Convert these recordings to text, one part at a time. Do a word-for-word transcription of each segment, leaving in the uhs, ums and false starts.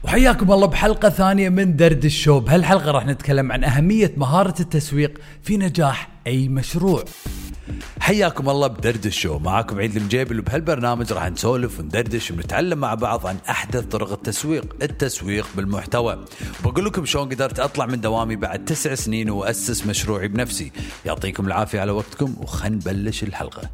وحياكم الله بحلقة ثانية من درد الشو. بهالحلقة راح نتكلم عن أهمية مهارة التسويق في نجاح أي مشروع. حياكم الله بدرد الشو، معاكم عيد المجيبل، وبهالبرنامج راح نسولف وندردش ونتعلم مع بعض عن أحدث طرق التسويق التسويق بالمحتوى. وبقول لكم شلون قدرت أطلع من دوامي بعد تسع سنين وأسس مشروعي بنفسي. يعطيكم العافية على وقتكم، وخلنا نبلش الحلقة.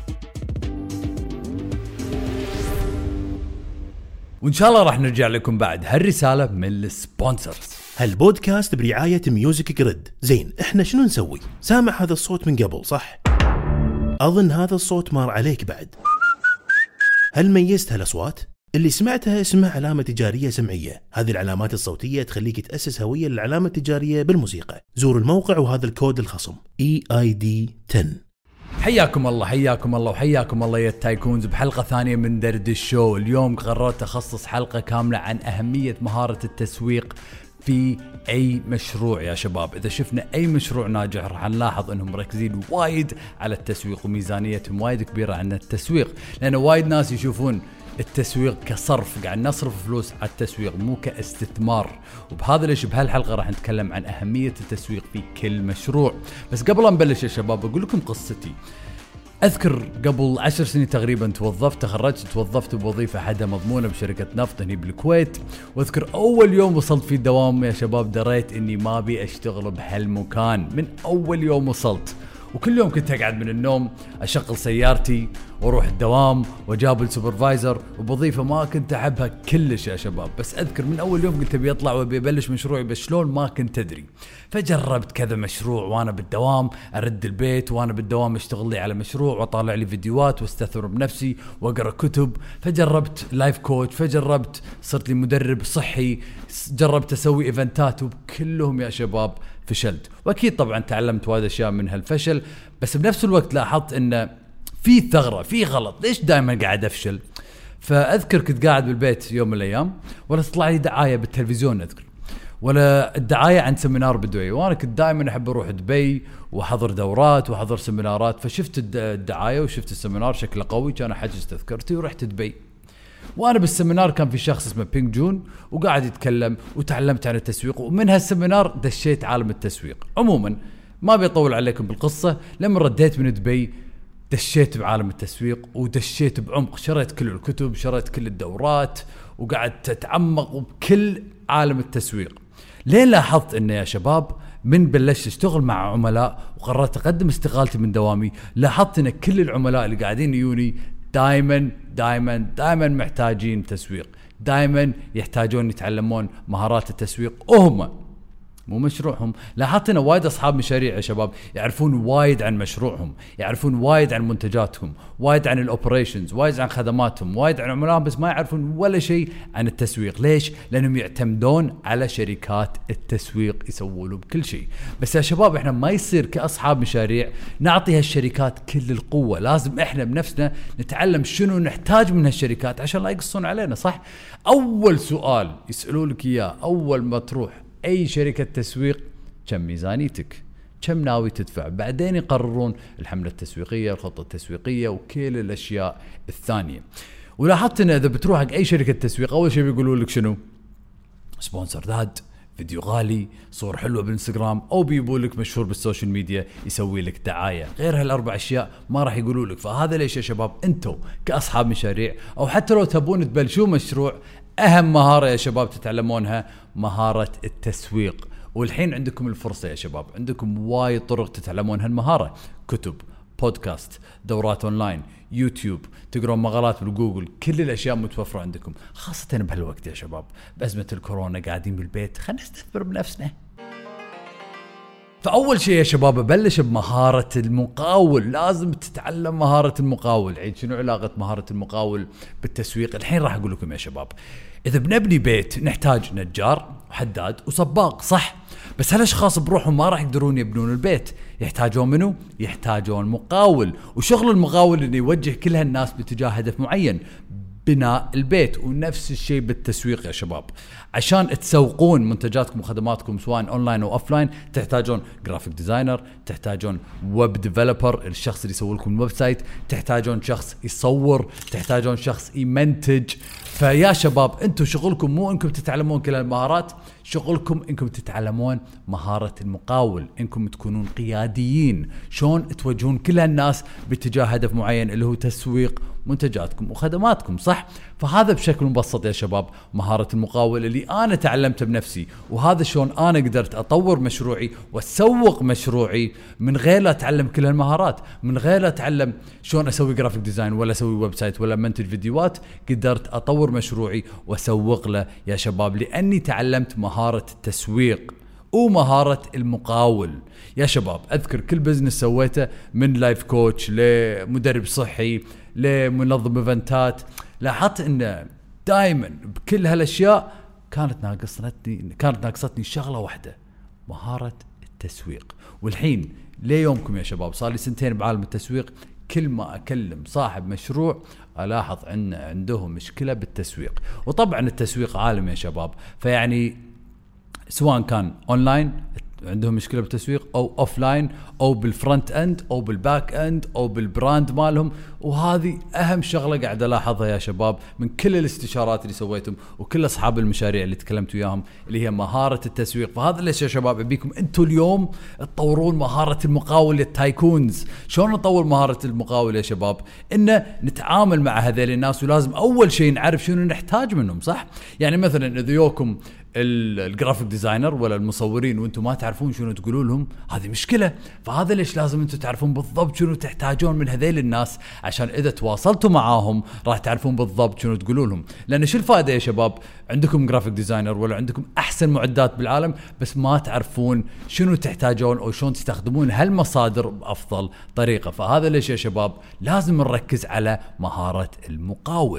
وإن شاء الله راح نرجع لكم بعد هالرسالة من السبونسرز. هالبودكاست برعاية ميوزك جريد. زين، احنا شنو نسوي؟ سامع هذا الصوت من قبل صح؟ أظن هذا الصوت مار عليك بعد. هل ميزت هالأصوات؟ اللي سمعتها اسمها علامة تجارية سمعية. هذه العلامات الصوتية تخليك تأسس هوية للعلامة التجارية بالموسيقى. زور الموقع وهذا الكود الخصم إي آي دي عشرة. حياكم الله حياكم الله وحياكم الله يا تايكونز بحلقة ثانية من درد الشو. اليوم قررت أخصص حلقة كاملة عن أهمية مهارة التسويق في أي مشروع يا شباب. إذا شفنا أي مشروع ناجح راح نلاحظ أنهم مركزين وايد على التسويق، وميزانيتهم وايد كبيرة عن التسويق، لأن وايد ناس يشوفون التسويق كصرف، قاعد نصرف فلوس على التسويق مو كاستثمار. وبهذا ليش بهالحلقة راح نتكلم عن أهمية التسويق في كل مشروع. بس قبل أن نبلش يا شباب أقول لكم قصتي. أذكر قبل عشر سنين تقريبا توظفت تخرجت توظفت بوظيفة حدا مضمونة بشركة نفط هني بالكويت. واذكر أول يوم وصلت في الدوام يا شباب دريت إني ما بي أشتغل بهالمكان من أول يوم وصلت. وكل يوم كنت أقعد من النوم أشغل سيارتي وأروح الدوام وأجابل سوبرفايزر، وبوظيفة ما كنت أحبها كلش يا شباب. بس أذكر من أول يوم قلت أبي أطلع وأبي أبلش مشروعي، بس شلون ما كنت أدري. فجربت كذا مشروع وأنا بالدوام، أرد البيت وأنا بالدوام أشتغل لي على مشروع وأطالع لي فيديوهات واستثمر بنفسي وأقرأ كتب. فجربت لايف كوتش، فجربت صرت لي مدرب صحي، جربت أسوي إيفنتات، وكلهم يا شباب فشلت. واكيد طبعا تعلمت وايد اشياء من هالفشل، بس بنفس الوقت لاحظت ان في ثغره، في غلط، ليش دائما قاعد افشل. فاذكر كنت قاعد بالبيت يوم من الايام ولا تطلع لي دعايه بالتلفزيون، اذكر ولا الدعايه عن سيمينار بدبي، وانا كنت دائما احب اروح دبي واحضر دورات واحضر سيمينارات. فشفت الدعايه وشفت السيمينار شكله قوي، كان احجز تذكرتي ورحت دبي. وانا بالسيمينار كان في شخص اسمه بينج جون وقاعد يتكلم، وتعلمت عن التسويق، ومن هالسيمينار دشيت عالم التسويق. عموما ما بيطول عليكم بالقصة، لما رديت من دبي دشيت بعالم التسويق ودشيت بعمق، شريت كل الكتب، شريت كل الدورات، وقعدت اتعمق بكل عالم التسويق. لين لاحظت انه يا شباب من بلشت اشتغل مع عملاء وقررت اقدم استقالتي من دوامي، لاحظت ان كل العملاء اللي قاعدين يوني دائما دائما دائما محتاجين تسويق، دائما يحتاجون يتعلمون مهارات التسويق، وهم مو مشروعهم. لاحظت ان وايد اصحاب مشاريع يا شباب يعرفون وايد عن مشروعهم، يعرفون وايد عن منتجاتهم، وايد عن الاوبريشنز، وايد عن خدماتهم، وايد عن عملائهم، بس ما يعرفون ولا شيء عن التسويق. ليش؟ لانهم يعتمدون على شركات التسويق يسوون له بكل شيء. بس يا شباب احنا ما يصير كاصحاب مشاريع نعطي هالشركات كل القوه، لازم احنا بنفسنا نتعلم شنو نحتاج من هالشركات عشان لا يقصون علينا. صح؟ اول سؤال يسالوا لك اياه اول ما تروح أي شركة تسويق: كم ميزانيتك؟ كم ناوي تدفع؟ بعدين يقررون الحملة التسويقية، الخطة التسويقية، وكل الأشياء الثانية. ولاحظت إن إذا بتروح حق أي شركة تسويق أول شيء بيقولوا لك شنو؟ سبونسر ذات، فيديو غالي، صور حلوة بالإنستغرام، أو بيقول لك مشهور بالسوشيال ميديا يسوي لك دعاية. غير هالأربع أشياء ما راح يقولوا لك. فهذا ليش يا شباب أنتوا كأصحاب مشاريع أو حتى لو تبون تبلشوا مشروع، أهم مهارة يا شباب تتعلمونها مهارة التسويق. والحين عندكم الفرصة يا شباب، عندكم وايد طرق تتعلمون هالمهارة: كتب، بودكاست، دورات أونلاين، يوتيوب، تقرون مقالات بالجوجل، كل الأشياء متوفرة عندكم، خاصة بهالوقت يا شباب بأزمة الكورونا قاعدين بالبيت، خلينا نستثمر بنفسنا. فأول شيء يا شباب بلش بمهارة المقاول. لازم تتعلم مهارة المقاول. عيد شنو علاقة مهارة المقاول بالتسويق؟ الحين راح أقول لكم يا شباب. إذا بنبني بيت نحتاج نجار وحداد وسباق، صح؟ بس هالأشخاص بروحهم ما راح يقدرون يبنون البيت، يحتاجون منه؟ يحتاجون مقاول. وشغل المقاول إنه يوجه كل هالناس باتجاه هدف معين. بناء البيت. ونفس الشيء بالتسويق يا شباب. عشان تسوقون منتجاتكم وخدماتكم سواء اونلاين او اوفلاين تحتاجون جرافيك ديزاينر، تحتاجون ويب ديفلوبر الشخص اللي يسوي لكم الويب سايت، تحتاجون شخص يصور، تحتاجون شخص يمنتج. فيا شباب انتم شغلكم مو انكم تتعلمون كل المهارات، شغلكم انكم تتعلمون مهارة المقاول، انكم تكونون قياديين، شلون توجهون كل الناس باتجاه هدف معين اللي هو تسويق منتجاتكم وخدماتكم، صح؟ فهذا بشكل مبسط يا شباب مهارة المقاول اللي انا تعلمته بنفسي، وهذا شلون انا قدرت اطور مشروعي واسوق مشروعي من غير لا اتعلم كل المهارات، من غير لا اتعلم شلون اسوي جرافيك ديزاين ولا اسوي ويب سايت ولا منتج فيديوهات، قدرت اطور مشروعي واسوق له يا شباب، لاني تعلمت مهارة التسويق ومهارة المقاول يا شباب. اذكر كل بزنس سويته، من لايف كوتش لمدرب صحي لمنظم ايفنتات، لاحظت ان دائما بكل هالاشياء كانت ناقصتني كانت ناقصتني شغله واحده، مهاره التسويق. والحين ليومكم يا شباب صار لي سنتين بعالم التسويق، كل ما اكلم صاحب مشروع الاحظ ان عندهم مشكله بالتسويق. وطبعا التسويق عالم يا شباب، فيعني سواء كان اونلاين عندهم مشكله بالتسويق او اوفلاين او بالفرونت اند او بالباك اند او بالبراند مالهم. وهذه اهم شغله قاعد الاحظها يا شباب من كل الاستشارات اللي سويتهم وكل اصحاب المشاريع اللي تكلمت وياهم، اللي هي مهاره التسويق. فهذا ليش يا شباب ابيكم انتم اليوم تطورون مهاره المقاول التايكونز. شلون نطور مهاره المقاول يا شباب؟ انه نتعامل مع هذول الناس، ولازم اول شيء نعرف شنو نحتاج منهم، صح؟ يعني مثلا اذا يوكم الجرافيك ديزاينر ولا المصورين وانتم ما تعرفون شنو تقولوا لهم، هذه مشكله. فهذا ليش لازم انتم تعرفون بالضبط شنو تحتاجون من هذيل الناس، عشان اذا تواصلتوا معاهم راح تعرفون بالضبط شنو تقولوا لهم. لان شو الفائده يا شباب عندكم جرافيك ديزاينر ولا عندكم احسن معدات بالعالم بس ما تعرفون شنو تحتاجون او شلون تستخدمون هالمصادر بافضل طريقه؟ فهذا ليش يا شباب لازم نركز على مهاره المقاول.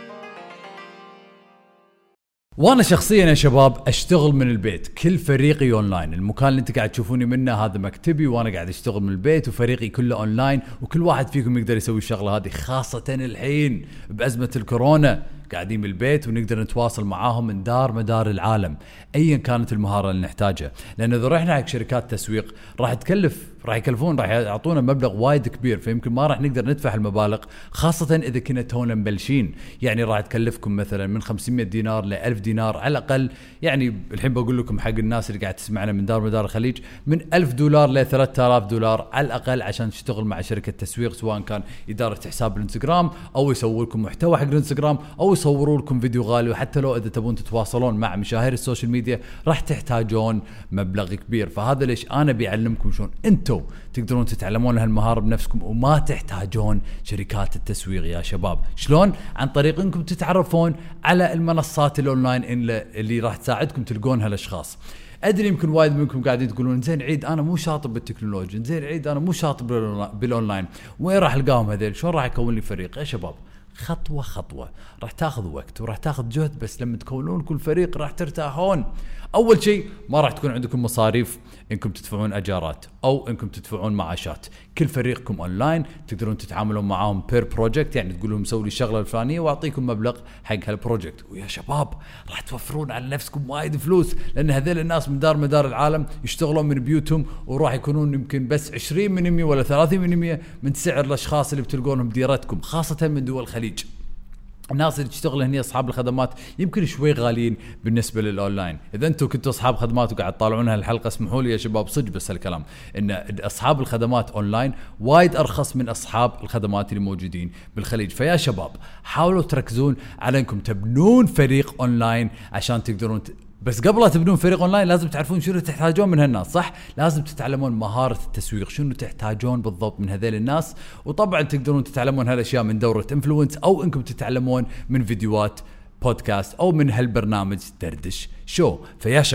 وانا شخصيا يا شباب اشتغل من البيت، كل فريقي اونلاين. المكان اللي انت قاعد تشوفوني منه هذا مكتبي، وانا قاعد اشتغل من البيت، وفريقي كله اونلاين، وكل واحد فيكم يقدر يسوي الشغله هذه، خاصه الحين بازمه الكورونا قاعدين بالبيت ونقدر نتواصل معاهم من دار مدار العالم ايا كانت المهاره اللي نحتاجها. لان اذا رحنا حق شركات تسويق راح تكلف راح يكلفون راح يعطونا مبلغ وايد كبير، فيمكن ما راح نقدر ندفع المبالغ، خاصه اذا كنا تونا مبلشين. يعني راح تكلفكم مثلا من خمسمية دينار ل ألف دينار على الاقل. يعني الحين بقول لكم حق الناس اللي قاعد تسمعنا من دار مدار الخليج، من ألف دولار ل ثلاثة آلاف دولار على الاقل عشان تشتغل مع شركه تسويق، سواء كان اداره حساب الانستغرام او يسووا لكم محتوى حق الانستغرام او يصوروا لكم فيديو غالي. وحتى لو اذا تبون تتواصلون مع مشاهير السوشيال ميديا راح تحتاجون مبلغ كبير. فهذا ليش انا بيعلمكم شلون انتم تقدرون تتعلمون هالمهاره بنفسكم وما تحتاجون شركات التسويق يا شباب. شلون؟ عن طريق انكم تتعرفون على المنصات الاونلاين اللي راح تساعدكم تلقون هالاشخاص. ادري يمكن وايد منكم قاعدين تقولون زين عيد انا مو شاطر بالتكنولوجيا، زين عيد انا مو شاطر بالاونلاين، وين راح القاهم هذول؟ شلون راح اكون لي فريق؟ يا شباب خطوة خطوة، راح تاخذ وقت وراح تاخذ جهد، بس لما تكونون كل فريق راح ترتاحون. أول شيء ما راح تكون عندكم مصاريف إنكم تدفعون أجارات أو إنكم تدفعون معاشات. كل فريقكم أونلاين تقدرون تتعاملون معاهم بير بروجكت، يعني تقول لهم سووا لي الشغلة الفلانية وأعطيكم مبلغ حق هالبروجكت. ويا شباب راح توفرون على نفسكم وايد فلوس، لأن هذول الناس من دار مدار العالم يشتغلون من بيوتهم، وراح يكونون يمكن بس عشرين بالمئة ولا ثلاثين بالمئة من سعر الأشخاص اللي بتلقونهم بديرتكم، خاصة من دول الخليج. الناس اللي تشتغل هنا اصحاب الخدمات يمكن شوي غاليين بالنسبه للاونلاين. اذا انتم كنتوا اصحاب خدمات وقاعد تطالعون هالحلقه اسمحوا لي يا شباب صدق بس هالكلام، ان اصحاب الخدمات اونلاين وايد ارخص من اصحاب الخدمات اللي موجودين بالخليج. فيا شباب حاولوا تركزون على انكم تبنون فريق اونلاين عشان تقدرون ت... بس قبل لا تبنون فريق اونلاين لازم تعرفون شنو تحتاجون من هالناس، صح؟ لازم تتعلمون مهارة التسويق، شنو تحتاجون بالضبط من هذيل الناس. وطبعا تقدرون تتعلمون هالاشياء من دورة انفلونس، او انكم تتعلمون من فيديوهات بودكاست او من هالبرنامج دردش شو. فيا شباب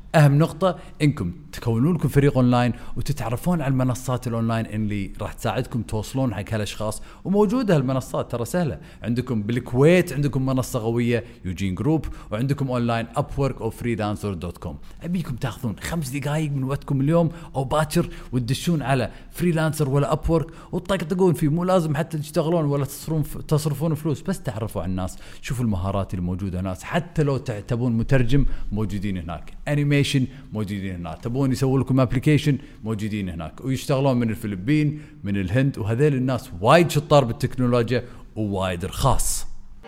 أهم نقطة إنكم تكونون لكم فريق أونلاين وتتعرفون على المنصات الأونلاين اللي راح تساعدكم توصلون حق هالأشخاص. وموجودة هالمنصات ترى سهلة، عندكم بالكويت عندكم منصة قوية يوجين جروب، وعندكم أونلاين أبورك أو فريلانسر دوت كوم. أبيكم تأخذون خمس دقائق من وقتكم اليوم أو باكر وتدشون على فريلانسر ولا أبورك وتطقطقون فيه. مو لازم حتى تشتغلون ولا تصرفون تصرفون فلوس، بس تعرفوا على الناس، شوفوا المهارات اللي موجودة هناك. حتى لو تبون مترجم موجودين هناك، انيميشن موجودين هناك، تبون يسووا لكم ابلكيشن موجودين هناك، ويشتغلون من الفلبين من الهند. وهذيل الناس وايد شطار بالتكنولوجيا ووايد رخاص.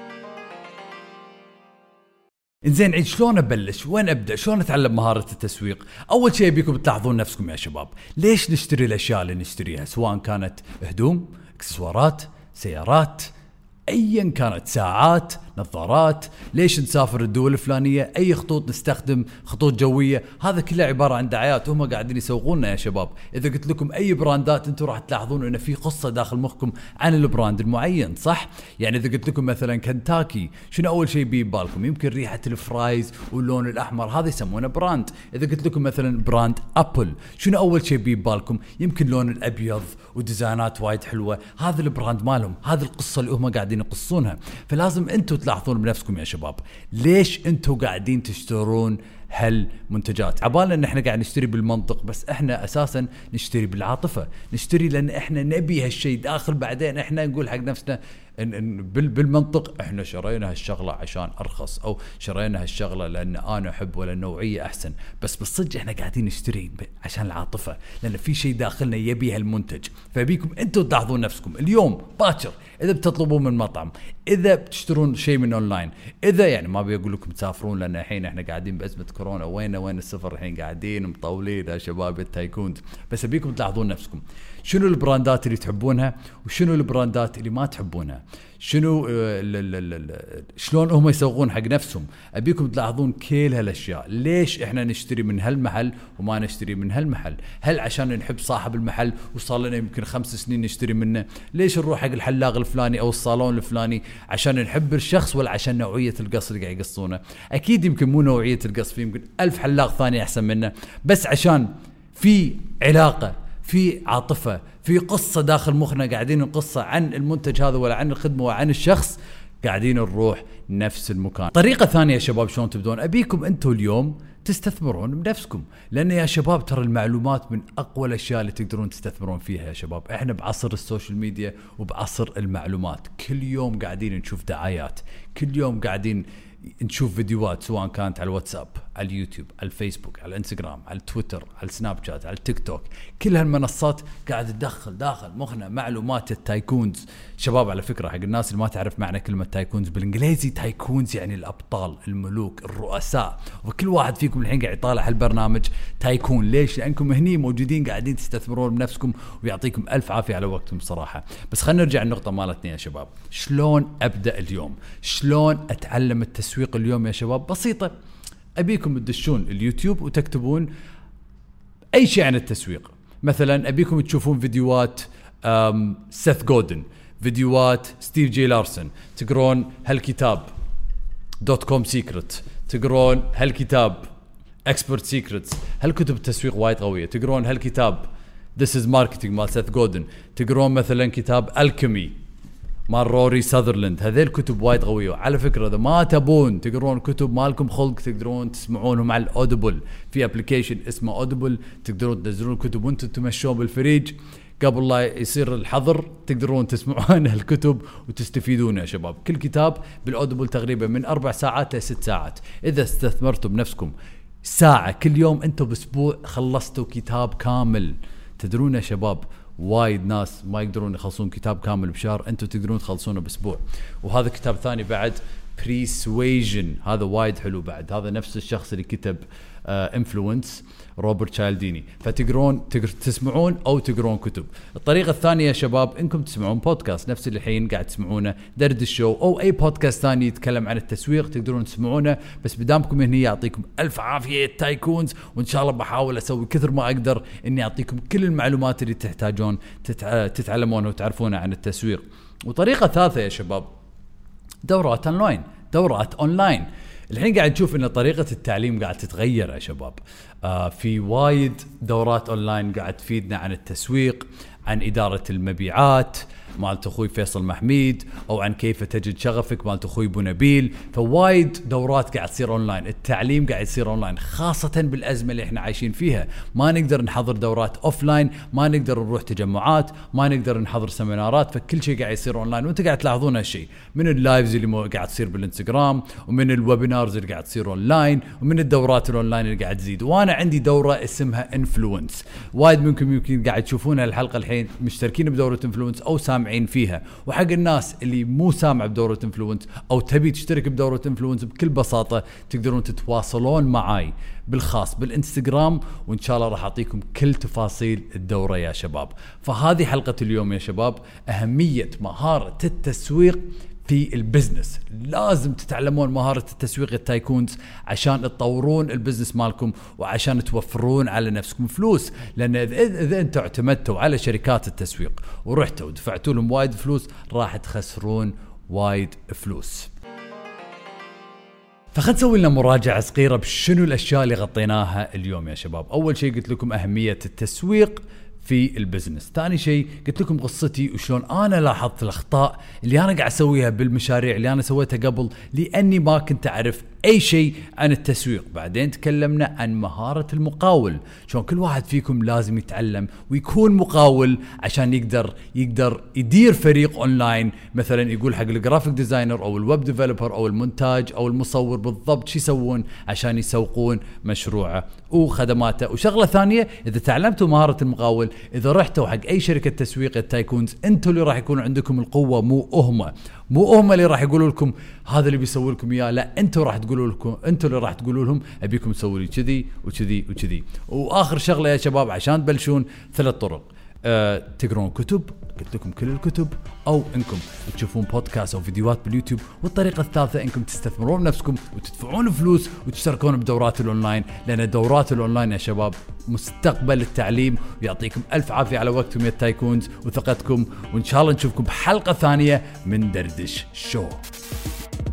إنزين عيد شلون أبلش؟ وين أبدأ؟ شلون أتعلم مهارة التسويق؟ أول شيء بيكم تلاحظون نفسكم يا شباب. ليش نشتري الأشياء اللي نشتريها؟ سواء كانت هدوم، اكسسوارات، سيارات، أيا كانت، ساعات، نظارات. ليش نسافر الدول الفلانية؟ أي خطوط نستخدم، خطوط جوية، هذا كله عبارة عن دعايات هم قاعدين يسوقوننا يا شباب. إذا قلت لكم أي براندات أنتم راح تلاحظون إن في قصة داخل مخكم عن البراند المعين، صح؟ يعني إذا قلت لكم مثلا كنتاكي، شنو أول شيء بيبالكم؟ يمكن ريحة الفرايز واللون الأحمر، هذا يسمونه براند. إذا قلت لكم مثلا براند أبل، شنو أول شيء بيبالكم؟ يمكن لون الأبيض وديزاينات وايد حلوة، هذا البراند مالهم، هذه القصة اللي هم قاعدين يقصونها. فلازم أنتم تلاحظون بنفسكم يا شباب ليش انتوا قاعدين تشترون هالمنتجات. عبالنا ان احنا قاعد نشتري بالمنطق، بس احنا اساسا نشتري بالعاطفة، نشتري لان احنا نبي هالشيء داخل. بعدين احنا نقول حق نفسنا إن إن بالمنطق احنا شرينا هالشغلة عشان ارخص، او شرينا هالشغلة لان انا احب ولا نوعية احسن. بس بالصدق احنا قاعدين نشتري عشان العاطفة، لان في شيء داخلنا يبي هالمنتج. فبيكم انتوا تلاحظون نفسكم اليوم باكر اذا بتطلبون من مطعم، اذا بتشترون شيء من اونلاين، اذا يعني ما بيقول لكم تسافرون لان الحين احنا قاعدين بازمه كورونا، وين وين السفر الحين، قاعدين مطولين يا شباب التايكونز. بس ابيكم تلاحظون نفسكم شنو البراندات اللي تحبونها وشنو البراندات اللي ما تحبونها، شنو شلون هم يسوقون حق نفسهم. ابيكم تلاحظون كل هالاشياء. ليش احنا نشتري من هالمحل وما نشتري من هالمحل؟ هل عشان نحب صاحب المحل وصار لنا يمكن خمس سنين نشتري منه؟ ليش نروح حق الحلاق الفلاني او الصالون الفلاني؟ عشان نحب الشخص ولا عشان نوعية القص اللي قاعد يقصونه؟ اكيد يمكن مو نوعية القص، في يمكن ألف حلاق ثاني احسن منه، بس عشان في علاقة، في عاطفة، في قصة داخل مخنا قاعدين نقصة عن المنتج هذا ولا عن الخدمة وعن الشخص، قاعدين نروح نفس المكان. طريقة ثانية يا شباب شلون تبدون، أبيكم أنتوا اليوم تستثمرون بنفسكم. لأن يا شباب ترى المعلومات من أقوى الأشياء اللي تقدرون تستثمرون فيها يا شباب. إحنا بعصر السوشيال ميديا وبعصر المعلومات، كل يوم قاعدين نشوف دعايات، كل يوم قاعدين نشوف فيديوهات، سواء كانت على الواتساب، على اليوتيوب، على الفيسبوك، على الانستغرام، على التويتر، على السناب شات، على التيك توك. كل هالمنصات قاعد تدخل داخل مخنا معلومات التايكونز. شباب على فكرة حق الناس اللي ما تعرف معنى كلمة تايكونز بالانجليزي، تايكونز يعني الأبطال، الملوك، الرؤساء. وكل واحد فيكم الحين قاعد يطالع هالبرنامج تايكون. ليش؟ لأنكم هني موجودين قاعدين تستثمرون بنفسكم، ويعطيكم ألف عافية على وقتكم صراحة. بس خلينا نرجع النقطة مالتنا يا شباب. شلون أبدأ اليوم؟ شلون أتعلم التسويق اليوم يا شباب؟ بسيطة. أبيكم تدشون اليوتيوب وتكتبون أي شيء عن التسويق. مثلا أبيكم تشوفون فيديوهات سيث جودن، فيديوهات ستيف جي لارسن، تقرون هالكتاب دوت كوم سيكرت، تقرون هالكتاب اكسبرت سيكرتس، هالكتب التسويق وايد قوية. تقرون هالكتاب This is Marketing مال سيث جودن، تقرون مثلا كتاب الكيمي مال روري ساذرلاند. هذيل كتب وايد قوية. على فكرة إذا ما تبون تقرون كتب مالكم خلق، تقدرون تسمعونهم على الأوديبل، في أبليكيشن اسمه أوديبل، تقدرون تنزلون كتب وانتم تمشون بالفريج قبل لا يصير الحظر، تقدرون تسمعون هالكتب وتستفيدون يا شباب. كل كتاب بالأوديبل تقريبا من أربع ساعات لست ساعات. إذا استثمرتوا بنفسكم ساعة كل يوم، أنتم بأسبوع خلصتوا كتاب كامل. تدرون يا شباب وايد ناس ما يقدرون يخلصون كتاب كامل بشهر، أنتم تقدرون تخلصونه بأسبوع. وهذا كتاب ثاني بعد Persuasion، هذا وايد حلو بعد. هذا نفس الشخص اللي كتب انفلونس uh, روبرت تشايلديني. فتقرون تقر تسمعون او تقرون كتب. الطريقه الثانيه يا شباب انكم تسمعون بودكاست نفس اللي الحين قاعد تسمعونه، درد الشو او اي بودكاست ثاني يتكلم عن التسويق، تقدرون تسمعونه. بس بدامكم هنا يعطيكم الف عافيه تايكونز، وان شاء الله بحاول اسوي كثر ما اقدر اني اعطيكم كل المعلومات اللي تحتاجون تتع... تتعلمونها وتعرفونها عن التسويق. وطريقه ثالثه يا شباب دورات اونلاين. دورات اونلاين الحين قاعد نشوف ان طريقة التعليم قاعد تتغير يا شباب. آه في وايد دورات اونلاين قاعد تفيدنا عن التسويق، عن إدارة المبيعات مالت أخوي فيصل محميد، أو عن كيف تجد شغفك مالت أخوي أبو نبيل. فوايد دورات قاعد تصير أونلاين، التعليم قاعد يصير أونلاين، خاصة بالأزمة اللي إحنا عايشين فيها. ما نقدر نحضر دورات أوفلاين، ما نقدر نروح تجمعات، ما نقدر نحضر سيمينارات، فكل شيء قاعد يصير أونلاين. وأنت قاعد تلاحظون هالشيء من اللايفز اللي قاعد تصير بالإنستغرام، ومن الويبينارز اللي قاعد تصير أونلاين، ومن الدورات الأونلاين اللي قاعد تزيد. وأنا عندي دورة اسمها إنفلونس، وايد منكم يمكن قاعد تشوفونها الحلقة الحين مشتركين بدورة إنفلونس أو سامعين فيها. وحق الناس اللي مو سامع بدورة إنفلونس أو تبي تشترك بدورة إنفلونس، بكل بساطة تقدرون تتواصلون معاي بالخاص بالإنستغرام، وإن شاء الله راح أعطيكم كل تفاصيل الدورة يا شباب. فهذه حلقة اليوم يا شباب، أهمية مهارة التسويق في البزنس. لازم تتعلمون مهارة التسويق التايكونز عشان تطورون البزنس مالكم، وعشان توفرون على نفسكم فلوس. لأن إذا أنتوا اعتمدتوا على شركات التسويق ورحتوا ودفعتوا لهم وايد فلوس، راح تخسرون وايد فلوس. فخد نسوي لنا مراجعة صغيرة بشنو الأشياء اللي غطيناها اليوم يا شباب. أول شيء قلت لكم أهمية التسويق في البزنس. ثاني شيء قلت لكم قصتي وشلون أنا لاحظت الأخطاء اللي أنا قاعد أسويها بالمشاريع اللي أنا سويتها قبل، لأني ما كنت أعرف أي شيء عن التسويق. بعدين تكلمنا عن مهارة المقاول، شلون كل واحد فيكم لازم يتعلم ويكون مقاول عشان يقدر يقدر يدير فريق أونلاين. مثلا يقول حق الجرافيك ديزاينر أو الويب ديفلوبر أو المونتاج أو المصور بالضبط شو يسوون عشان يسوقون مشروعه وخدماته. وشغلة ثانية، إذا تعلمتوا مهارة المقاول، إذا رحتوا حق أي شركة تسويق التايكونز، أنتوا اللي راح يكون عندكم القوة، مو أهمة مو هم اللي راح يقولوا لكم هذا اللي بيسوي لكم اياه. لا، انتوا راح تقولوا لكم انتوا اللي راح تقولوا لهم ابيكم تسووا لي كذي وكذي وكذي. واخر شغله يا شباب عشان تبلشون، ثلاث طرق. أه تقرون كتب، قلت لكم كل الكتب، او انكم تشوفون بودكاست او فيديوهات باليوتيوب. والطريقه الثالثه انكم تستثمرون بنفسكم وتدفعون فلوس وتشتركون بدورات الاونلاين، لان الدورات الاونلاين يا شباب مستقبل التعليم. ويعطيكم الف عافيه على وقتكم يا تايكونز وثقتكم، وان شاء الله نشوفكم بحلقه ثانيه من دردش شو.